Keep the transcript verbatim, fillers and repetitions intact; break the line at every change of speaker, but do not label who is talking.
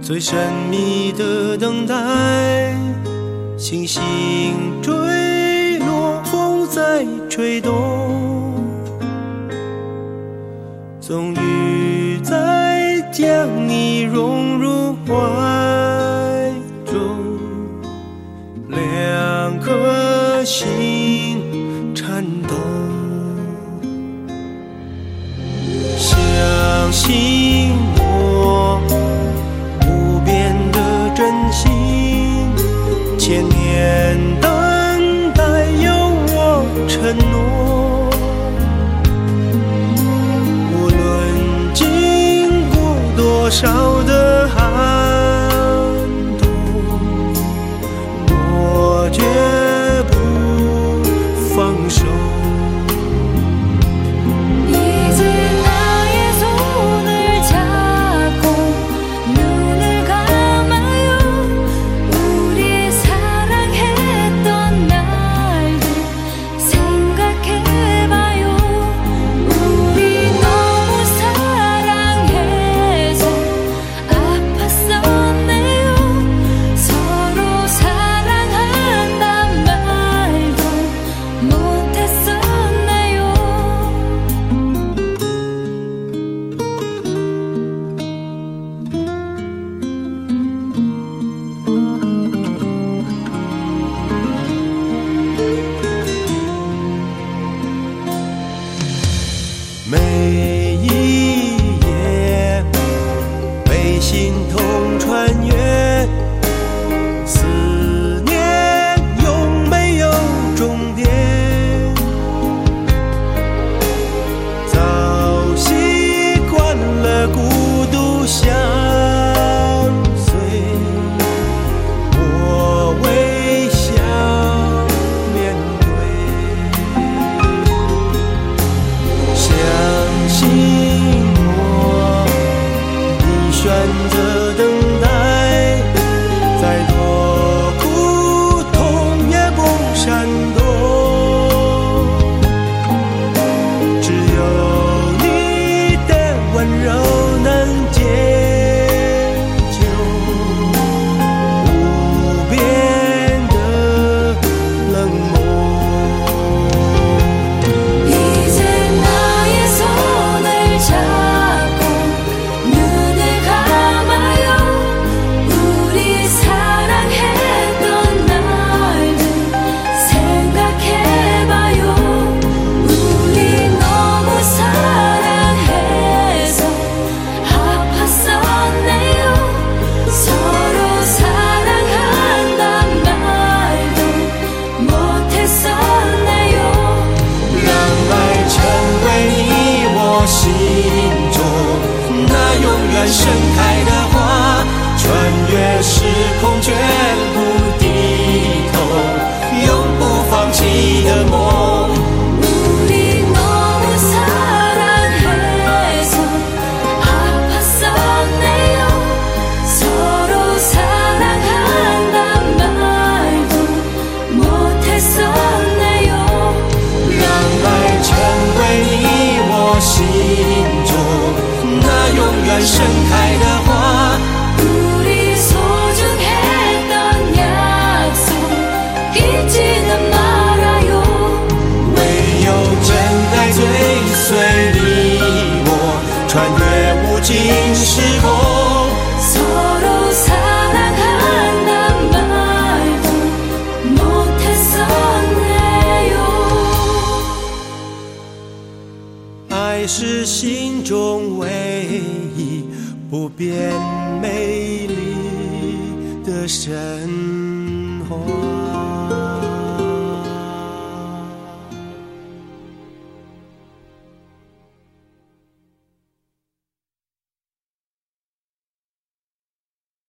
最神秘的等待，星星坠落，风在吹动，终于在将你融入怀中，两颗心颤动，相信我不变的真心，千年等待有我承诺，无论经过多少的寒冬，我绝不放手。每一夜被心痛穿越，思念永没有终点，早习惯了孤独相随，我微笑面对，相信我，你选择等待，再多苦痛也不闪躲，只有你的温柔能解救无边的冷漠。盛开的花，穿越时空绝不低头，永不放弃的梦。우리 너무 사랑해서 아팠었네요. 서로 사랑한단 말도 못했었네요. 让爱成为你我心中那永远盛开的花， 우리 소중했던 약속 잊지는 말아요. 唯有真爱追随你我，穿越无尽时空， 서로 사랑한단 말도 못했었네요. 爱是心中唯一不变美丽的神话。